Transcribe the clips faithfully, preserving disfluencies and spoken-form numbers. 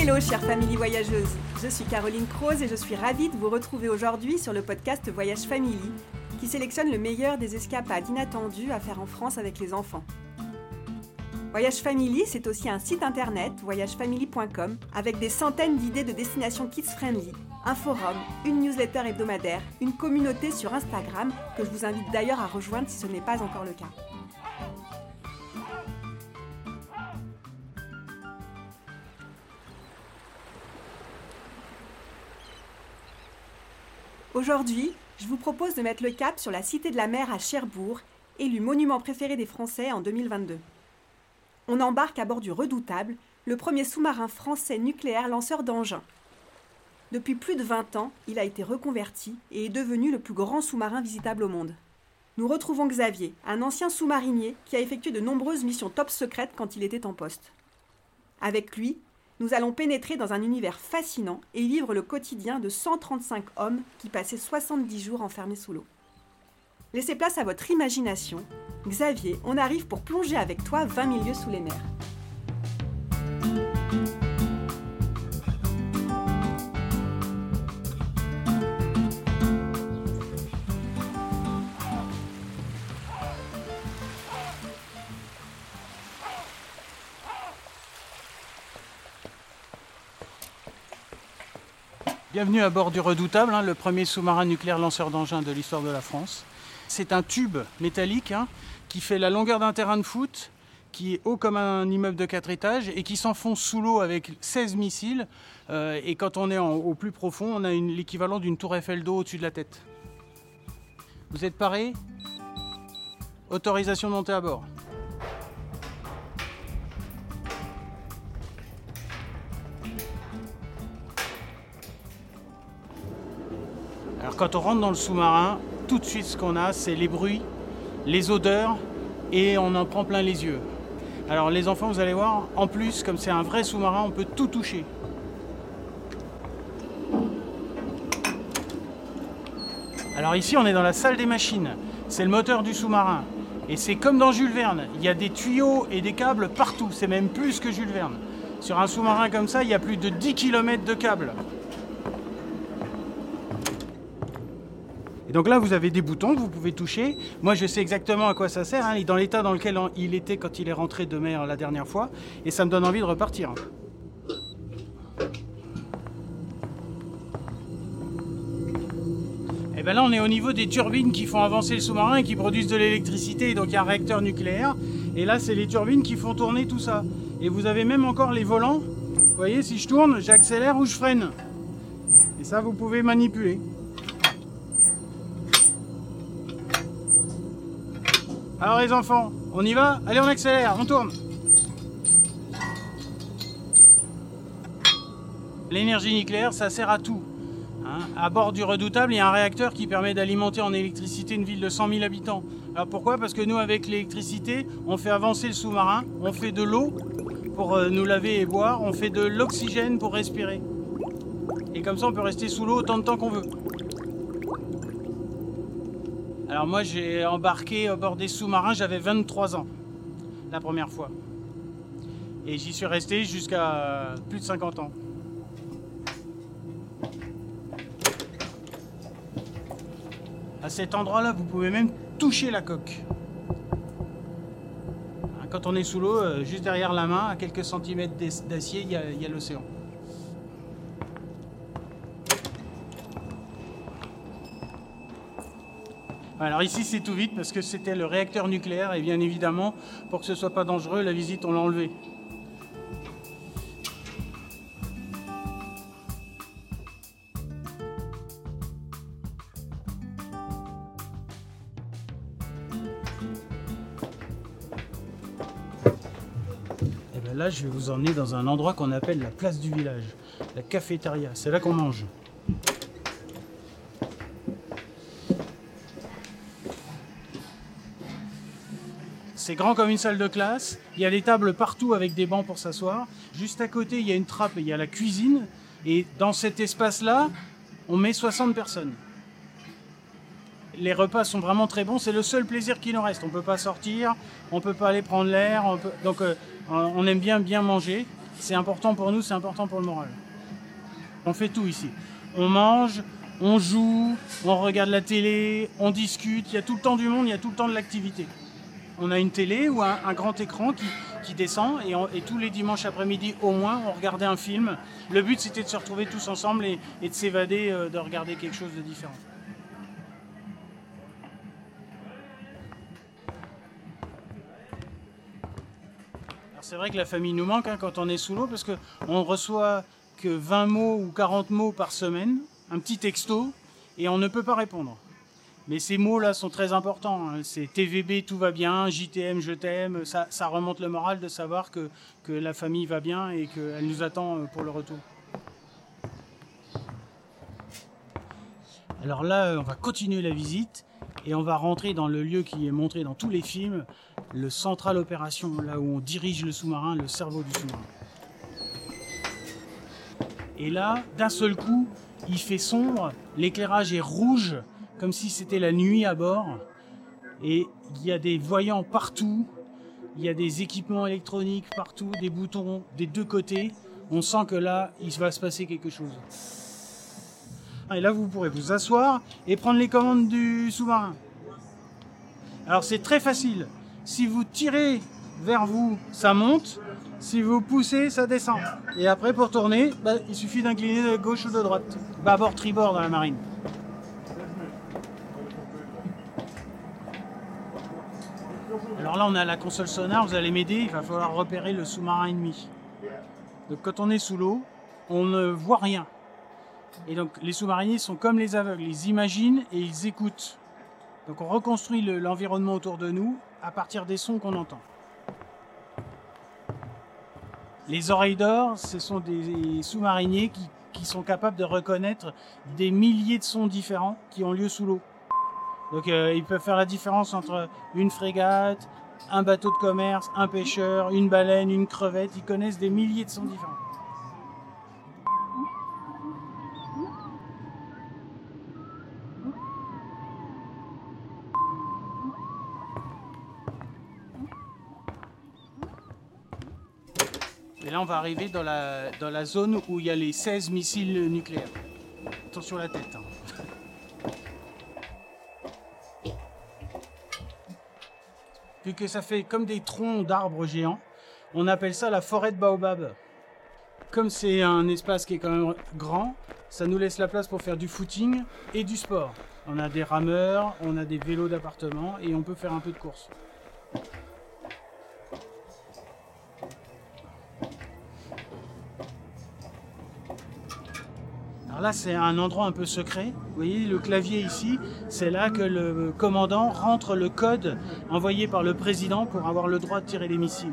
Hello chère famille voyageuse, je suis Caroline Croze et je suis ravie de vous retrouver aujourd'hui sur le podcast Voyage Family qui sélectionne le meilleur des escapades inattendues à faire en France avec les enfants. Voyage Family, c'est aussi un site internet, voyage family point com, avec des centaines d'idées de destinations kids-friendly, un forum, une newsletter hebdomadaire, une communauté sur Instagram que je vous invite d'ailleurs à rejoindre si ce n'est pas encore le cas. Aujourd'hui, je vous propose de mettre le cap sur la Cité de la Mer à Cherbourg, élu monument préféré des Français en deux mille vingt-deux. On embarque à bord du Redoutable, le premier sous-marin français nucléaire lanceur d'engins. Depuis plus de vingt ans, il a été reconverti et est devenu le plus grand sous-marin visitable au monde. Nous retrouvons Xavier, un ancien sous-marinier qui a effectué de nombreuses missions top secrètes quand il était en poste. Avec lui, nous allons pénétrer dans un univers fascinant et vivre le quotidien de cent trente-cinq hommes qui passaient soixante-dix jours enfermés sous l'eau. Laissez place à votre imagination. Xavier, on arrive pour plonger avec toi vingt mille lieues sous les mers. Bienvenue à bord du Redoutable, hein, le premier sous-marin nucléaire lanceur d'engins de l'histoire de la France. C'est un tube métallique hein, qui fait la longueur d'un terrain de foot, qui est haut comme un immeuble de quatre étages et qui s'enfonce sous l'eau avec seize missiles. Euh, et quand on est en, au plus profond, on a une, l'équivalent d'une tour Eiffel d'eau au-dessus de la tête. Vous êtes parés ? Autorisation de monter à bord. Alors quand on rentre dans le sous-marin, tout de suite ce qu'on a, c'est les bruits, les odeurs et on en prend plein les yeux. Alors les enfants, vous allez voir, en plus, comme c'est un vrai sous-marin, on peut tout toucher. Alors ici, on est dans la salle des machines. C'est le moteur du sous-marin. Et c'est comme dans Jules Verne. Il y a des tuyaux et des câbles partout. C'est même plus que Jules Verne. Sur un sous-marin comme ça, il y a plus de dix kilomètres de câbles. Et donc là, vous avez des boutons que vous pouvez toucher. Moi, je sais exactement à quoi ça sert, hein, dans l'état dans lequel il était quand il est rentré de mer la dernière fois. Et ça me donne envie de repartir. Et bien là, on est au niveau des turbines qui font avancer le sous-marin et qui produisent de l'électricité. Donc il y a un réacteur nucléaire. Et là, c'est les turbines qui font tourner tout ça. Et vous avez même encore les volants. Vous voyez, si je tourne, j'accélère ou je freine. Et ça, vous pouvez manipuler. Alors les enfants, on y va ? Allez, on accélère, on tourne. L'énergie nucléaire, ça sert à tout. Hein, à bord du Redoutable, il y a un réacteur qui permet d'alimenter en électricité une ville de cent mille habitants. Alors pourquoi ? Parce que nous, avec l'électricité, on fait avancer le sous-marin, on fait de l'eau pour euh, nous laver et boire, on fait de l'oxygène pour respirer. Et comme ça, on peut rester sous l'eau autant de temps qu'on veut. Alors moi j'ai embarqué à bord des sous-marins, j'avais vingt-trois ans la première fois. Et j'y suis resté jusqu'à plus de cinquante ans. À cet endroit-là, vous pouvez même toucher la coque. Quand on est sous l'eau, juste derrière la main, à quelques centimètres d'acier, il y a, il y a l'océan. Alors ici c'est tout vite parce que c'était le réacteur nucléaire et bien évidemment pour que ce soit pas dangereux la visite on l'a enlevé. Et bien là je vais vous emmener dans un endroit qu'on appelle la place du village, la cafétéria, c'est là qu'on mange. C'est grand comme une salle de classe, il y a des tables partout avec des bancs pour s'asseoir. Juste à côté, il y a une trappe et il y a la cuisine. Et dans cet espace-là, on met soixante personnes. Les repas sont vraiment très bons, c'est le seul plaisir qui nous reste. On ne peut pas sortir, on ne peut pas aller prendre l'air. On peut... Donc euh, on aime bien bien manger. c'est important pour nous, c'est important pour le moral. On fait tout ici. On mange, on joue, on regarde la télé, on discute. Il y a tout le temps du monde, il y a tout le temps de l'activité. On a une télé ou un, un grand écran qui, qui descend et, on, et tous les dimanches après-midi au moins, on regardait un film. Le but, c'était de se retrouver tous ensemble et, et de s'évader, euh, de regarder quelque chose de différent. Alors c'est vrai que la famille nous manque hein, quand on est sous l'eau parce qu'on reçoit que vingt mots ou quarante mots par semaine, un petit texto, et on ne peut pas répondre. Mais ces mots-là sont très importants. C'est T V B, tout va bien, J T M, je t'aime. Ça, ça remonte le moral de savoir que, que la famille va bien et qu'elle nous attend pour le retour. Alors là, on va continuer la visite et on va rentrer dans le lieu qui est montré dans tous les films, le central opération, là où on dirige le sous-marin, le cerveau du sous-marin. Et là, d'un seul coup, il fait sombre, l'éclairage est rouge, comme si c'était la nuit à bord. Et il y a des voyants partout, il y a des équipements électroniques partout, des boutons des deux côtés. On sent que là, il va se passer quelque chose. Et là, vous pourrez vous asseoir et prendre les commandes du sous-marin. Alors c'est très facile. Si vous tirez vers vous, ça monte. Si vous poussez, ça descend. Et après, pour tourner, bah, il suffit d'incliner de gauche ou de droite. Bâbord, tribord dans la marine. Alors là, on a la console sonar, vous allez m'aider, il va falloir repérer le sous-marin ennemi. Donc quand on est sous l'eau, on ne voit rien. Et donc les sous-mariniers sont comme les aveugles, ils imaginent et ils écoutent. Donc on reconstruit le, l'environnement autour de nous à partir des sons qu'on entend. Les oreilles d'or, ce sont des sous-mariniers qui, qui sont capables de reconnaître des milliers de sons différents qui ont lieu sous l'eau. Donc euh, ils peuvent faire la différence entre une frégate, un bateau de commerce, un pêcheur, une baleine, une crevette. Ils connaissent des milliers de sons différents. Et là, on va arriver dans la, dans la zone où il y a les seize missiles nucléaires. Attention à la tête. Hein. Vu que ça fait comme des troncs d'arbres géants, on appelle ça la forêt de baobab. Comme c'est un espace qui est quand même grand, ça nous laisse la place pour faire du footing et du sport. On a des rameurs, on a des vélos d'appartement et on peut faire un peu de course. Alors là, c'est un endroit un peu secret. Vous voyez le clavier ici, c'est là que le commandant rentre le code envoyé par le président pour avoir le droit de tirer les missiles.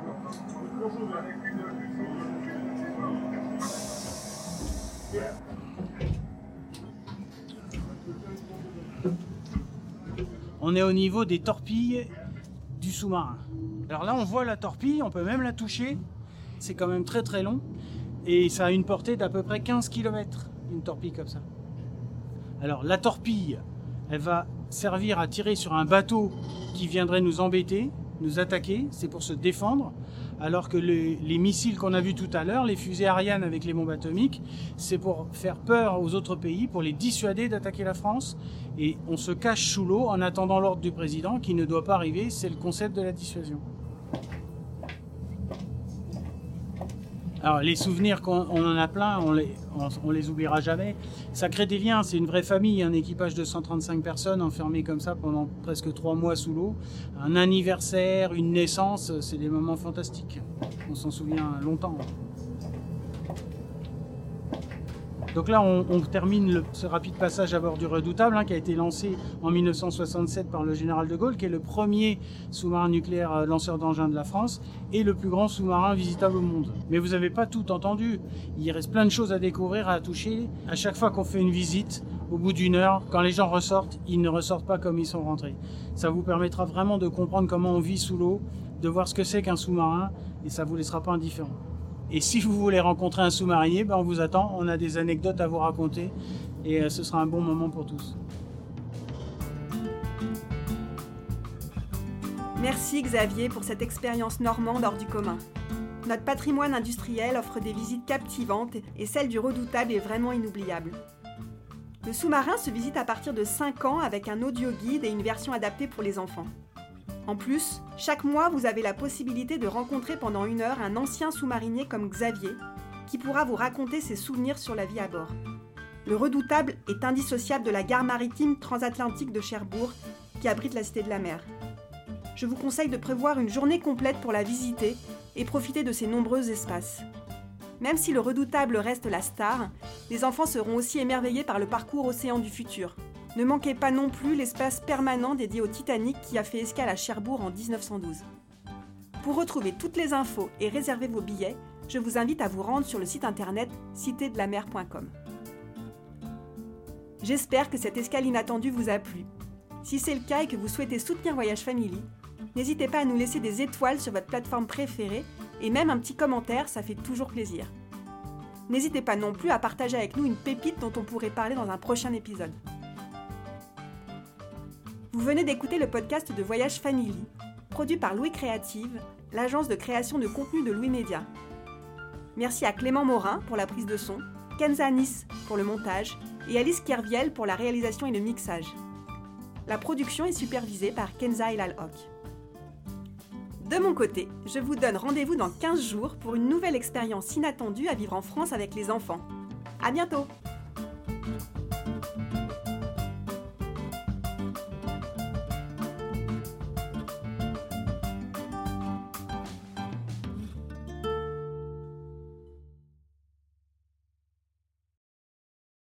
On est au niveau des torpilles du sous-marin. Alors là, on voit la torpille, on peut même la toucher. C'est quand même très très long. Et ça a une portée d'à peu près quinze kilomètres, une torpille comme ça. Alors la torpille, elle va servir à tirer sur un bateau qui viendrait nous embêter, nous attaquer, c'est pour se défendre. Alors que les, les missiles qu'on a vus tout à l'heure, les fusées Ariane avec les bombes atomiques, c'est pour faire peur aux autres pays, pour les dissuader d'attaquer la France. Et on se cache sous l'eau en attendant l'ordre du président qui ne doit pas arriver, c'est le concept de la dissuasion. Alors les souvenirs, qu'on, on en a plein, on les, on, on les oubliera jamais. Ça crée des liens, c'est une vraie famille, un équipage de cent trente-cinq personnes enfermées comme ça pendant presque trois mois sous l'eau. Un anniversaire, une naissance, c'est des moments fantastiques. On s'en souvient longtemps. Donc là, on, on termine le, ce rapide passage à bord du Redoutable, hein, qui a été lancé en mille neuf cent soixante-sept par le général de Gaulle, qui est le premier sous-marin nucléaire euh, lanceur d'engins de la France et le plus grand sous-marin visitable au monde. Mais vous n'avez pas tout entendu. Il reste plein de choses à découvrir, à toucher. À chaque fois qu'on fait une visite, au bout d'une heure, quand les gens ressortent, ils ne ressortent pas comme ils sont rentrés. Ça vous permettra vraiment de comprendre comment on vit sous l'eau, de voir ce que c'est qu'un sous-marin, et ça ne vous laissera pas indifférent. Et si vous voulez rencontrer un sous-marinier, ben on vous attend, on a des anecdotes à vous raconter et ce sera un bon moment pour tous. Merci Xavier pour cette expérience normande hors du commun. notre patrimoine industriel offre des visites captivantes et celle du Redoutable est vraiment inoubliable. Le sous-marin se visite à partir de cinq ans avec un audio-guide et une version adaptée pour les enfants. En plus, chaque mois, vous avez la possibilité de rencontrer pendant une heure un ancien sous-marinier comme Xavier, qui pourra vous raconter ses souvenirs sur la vie à bord. Le Redoutable est indissociable de la gare maritime transatlantique de Cherbourg, qui abrite la Cité de la Mer. Je vous conseille de prévoir une journée complète pour la visiter et profiter de ses nombreux espaces. Même si le Redoutable reste la star, les enfants seront aussi émerveillés par le parcours Océan du futur. Ne manquez pas non plus l'espace permanent dédié au Titanic qui a fait escale à Cherbourg en dix-neuf cent douze. Pour retrouver toutes les infos et réserver vos billets, je vous invite à vous rendre sur le site internet cité de la mer point com. J'espère que cette escale inattendue vous a plu. Si c'est le cas et que vous souhaitez soutenir Voyage Family, n'hésitez pas à nous laisser des étoiles sur votre plateforme préférée et même un petit commentaire, ça fait toujours plaisir. N'hésitez pas non plus à partager avec nous une pépite dont on pourrait parler dans un prochain épisode. Vous venez d'écouter le podcast de Voyage Family, produit par Louis Créative, l'agence de création de contenu de Louis Média. Merci à Clément Morin pour la prise de son, Kenza Nice pour le montage et Alice Kerviel pour la réalisation et le mixage. La production est supervisée par Kenza Elal-Hock. De mon côté, je vous donne rendez-vous dans quinze jours pour une nouvelle expérience inattendue à vivre en France avec les enfants. À bientôt!